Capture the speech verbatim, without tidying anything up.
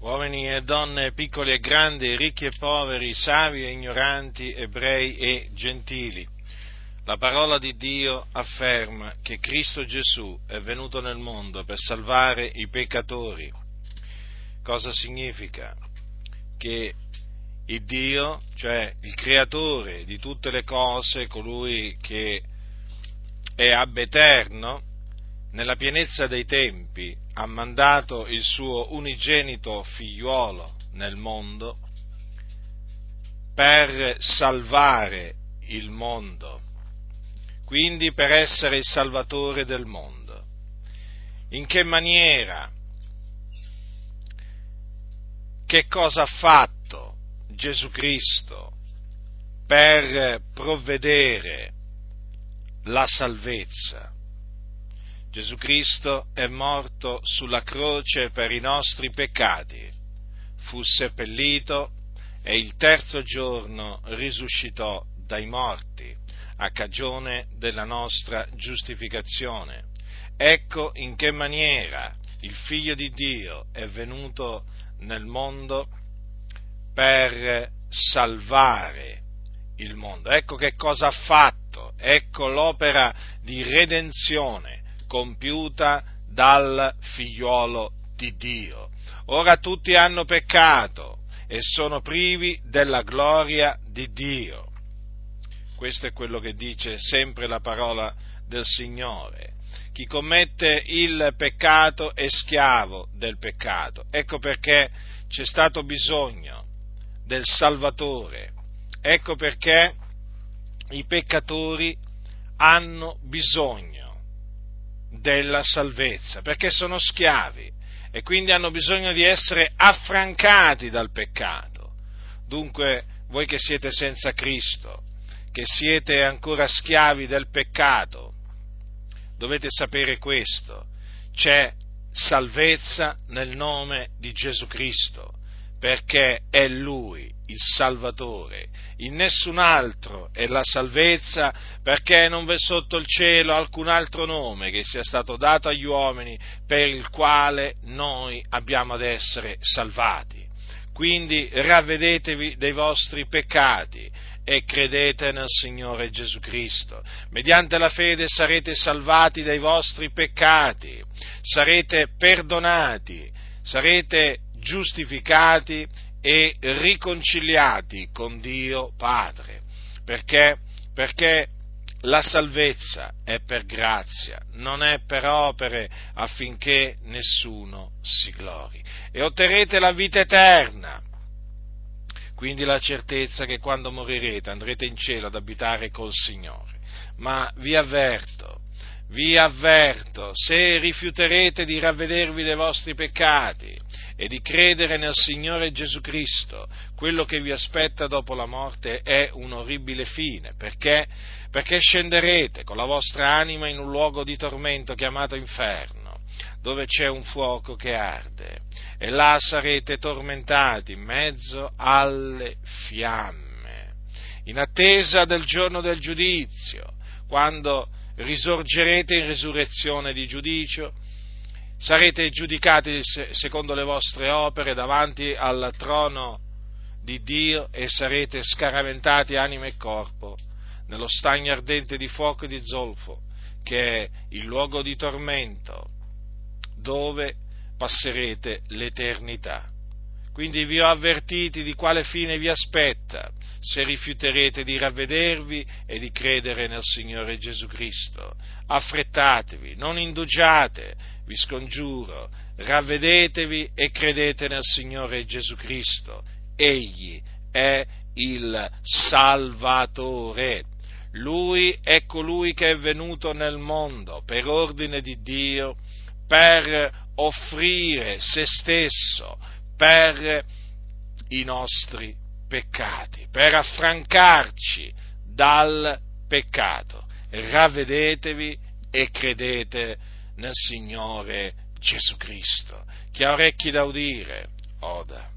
uomini e donne, piccoli e grandi, ricchi e poveri, savi e ignoranti, ebrei e gentili. La parola di Dio afferma che Cristo Gesù è venuto nel mondo per salvare i peccatori. Cosa significa? Che il Dio, cioè il creatore di tutte le cose, colui che è ab eterno, nella pienezza dei tempi ha mandato il suo unigenito figliuolo nel mondo per salvare il mondo, quindi per essere il salvatore del mondo. In che maniera? Che cosa ha fatto Gesù Cristo per provvedere la salvezza? Gesù Cristo è morto sulla croce per i nostri peccati, fu seppellito e il terzo giorno risuscitò dai morti a cagione della nostra giustificazione. Ecco in che maniera il Figlio di Dio è venuto nel mondo per salvare il mondo. Ecco che cosa ha fatto, ecco l'opera di redenzione compiuta dal figliuolo di Dio. Ora tutti hanno peccato e sono privi della gloria di Dio. Questo è quello che dice sempre la parola del Signore. Chi commette il peccato è schiavo del peccato. Ecco perché c'è stato bisogno del Salvatore. Ecco perché i peccatori hanno bisogno della salvezza, perché sono schiavi e quindi hanno bisogno di essere affrancati dal peccato. Dunque, voi che siete senza Cristo, che siete ancora schiavi del peccato, dovete sapere questo: c'è salvezza nel nome di Gesù Cristo, perché è Lui il Salvatore, in nessun altro è la salvezza, perché non v'è sotto il cielo alcun altro nome che sia stato dato agli uomini per il quale noi abbiamo ad essere salvati. Quindi ravvedetevi dei vostri peccati e credete nel Signore Gesù Cristo. Mediante la fede sarete salvati dai vostri peccati, sarete perdonati, sarete giustificati e riconciliati con Dio Padre, perché, perché la salvezza è per grazia, non è per opere affinché nessuno si glori, e otterrete la vita eterna, quindi la certezza che quando morirete andrete in cielo ad abitare col Signore. Ma vi avverto, vi avverto, se rifiuterete di ravvedervi dei vostri peccati e di credere nel Signore Gesù Cristo, quello che vi aspetta dopo la morte è un orribile fine, perché? Perché scenderete con la vostra anima in un luogo di tormento chiamato inferno, dove c'è un fuoco che arde, e là sarete tormentati in mezzo alle fiamme, in attesa del giorno del giudizio, quando risorgerete in risurrezione di giudicio. Sarete giudicati secondo le vostre opere davanti al trono di Dio e sarete scaraventati anima e corpo nello stagno ardente di fuoco e di zolfo, che è il luogo di tormento dove passerete l'eternità. Quindi vi ho avvertiti di quale fine vi aspetta se rifiuterete di ravvedervi e di credere nel Signore Gesù Cristo. Affrettatevi, non indugiate, vi scongiuro, ravvedetevi e credete nel Signore Gesù Cristo. Egli è il Salvatore. Lui è colui che è venuto nel mondo per ordine di Dio, per offrire se stesso per i nostri peccati, per affrancarci dal peccato. Ravvedetevi e credete nel Signore Gesù Cristo. Chi ha orecchi da udire, oda.